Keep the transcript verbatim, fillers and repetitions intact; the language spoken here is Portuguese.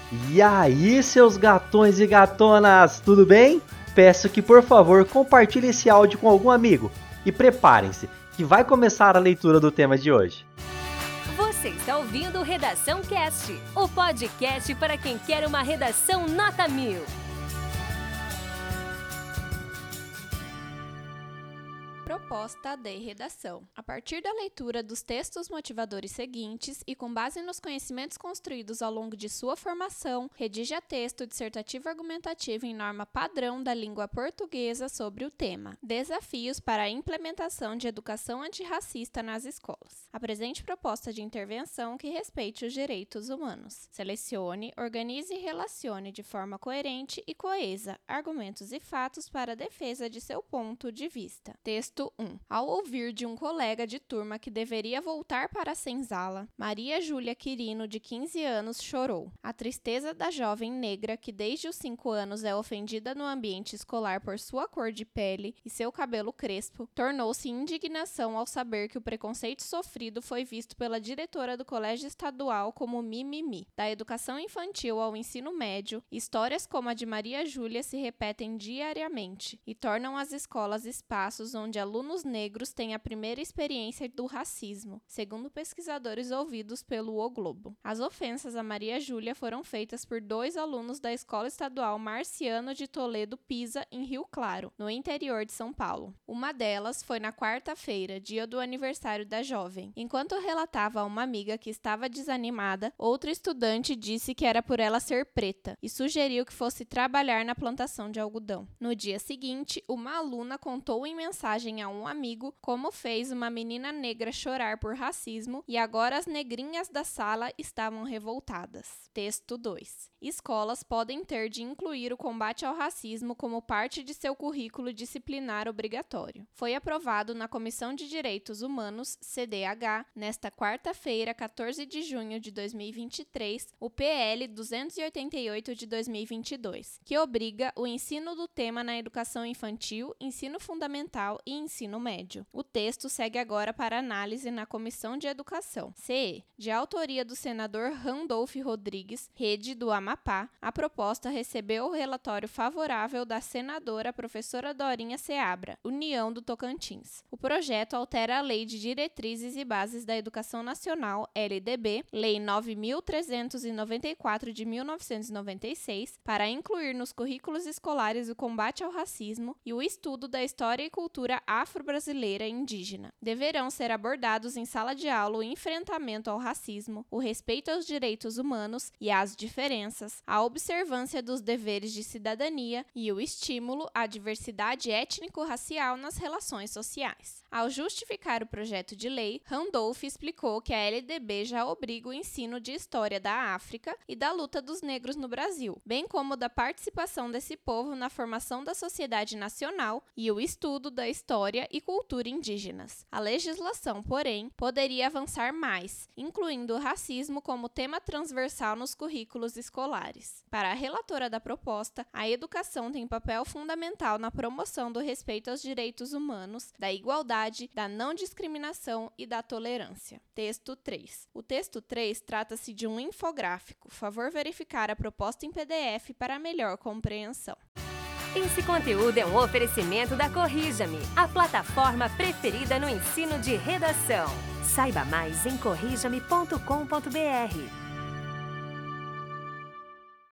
E aí, seus gatões e gatonas, tudo bem? Peço que, por favor, compartilhe esse áudio com algum amigo. E preparem-se, que vai começar a leitura do tema de hoje. Você está ouvindo Redação Cast, o podcast para quem quer uma redação nota mil. Proposta de redação. A partir da leitura dos textos motivadores seguintes e com base nos conhecimentos construídos ao longo de sua formação, redija texto dissertativo argumentativo em norma padrão da língua portuguesa sobre o tema. Desafios para a implementação de educação antirracista nas escolas. Apresente proposta de intervenção que respeite os direitos humanos. Selecione, organize e relacione de forma coerente e coesa argumentos e fatos para a defesa de seu ponto de vista. Texto um. Ao ouvir de um colega de turma que deveria voltar para a senzala, Maria Júlia Quirino, de quinze anos, chorou. A tristeza da jovem negra, que desde os cinco anos é ofendida no ambiente escolar por sua cor de pele e seu cabelo crespo, tornou-se indignação ao saber que o preconceito sofrido foi visto pela diretora do colégio estadual como mimimi. Da educação infantil ao ensino médio, histórias como a de Maria Júlia se repetem diariamente e tornam as escolas espaços onde alunos negros têm a primeira experiência do racismo, segundo pesquisadores ouvidos pelo O Globo. As ofensas a Maria Júlia foram feitas por dois alunos da Escola Estadual Marciano de Toledo Pisa, em Rio Claro, no interior de São Paulo. Uma delas foi na quarta-feira, dia do aniversário da jovem. Enquanto relatava a uma amiga que estava desanimada, outro estudante disse que era por ela ser preta e sugeriu que fosse trabalhar na plantação de algodão. No dia seguinte, uma aluna contou em mensagem a um amigo como fez uma menina negra chorar por racismo e agora as negrinhas da sala estavam revoltadas. Texto dois. Escolas podem ter de incluir o combate ao racismo como parte de seu currículo disciplinar obrigatório. Foi aprovado na Comissão de Direitos Humanos, C D H, nesta quarta-feira, quatorze de junho de dois mil e vinte e três, o P L duzentos e oitenta e oito de dois mil e vinte e dois, que obriga o ensino do tema na educação infantil, ensino fundamental e ensino médio. O texto segue agora para análise na Comissão de Educação, C E. De autoria do senador Randolph Rodrigues, Rede do Amapá, a proposta recebeu o relatório favorável da senadora professora Dorinha Seabra, União do Tocantins. O projeto altera a Lei de Diretrizes e Bases da Educação Nacional, L D B, Lei nove mil trezentos e noventa e quatro de mil novecentos e noventa e seis, para incluir nos currículos escolares o combate ao racismo e o estudo da história e cultura afro-brasileira e indígena. Deverão ser abordados em sala de aula o enfrentamento ao racismo, o respeito aos direitos humanos e às diferenças, a observância dos deveres de cidadania e o estímulo à diversidade étnico-racial nas relações sociais. Ao justificar o projeto de lei, Randolph explicou que a L D B já obriga o ensino de história da África e da luta dos negros no Brasil, bem como da participação desse povo na formação da sociedade nacional e o estudo da história e cultura indígenas. A legislação, porém, poderia avançar mais, incluindo o racismo como tema transversal nos currículos escolares. Para a relatora da proposta, a educação tem papel fundamental na promoção do respeito aos direitos humanos, da igualdade, da não discriminação e da tolerância. Texto três. O texto três trata-se de um infográfico. Favor verificar a proposta em P D F para melhor compreensão. Esse conteúdo é um oferecimento da Corrija-me, a plataforma preferida no ensino de redação. Saiba mais em corrija me ponto com ponto br.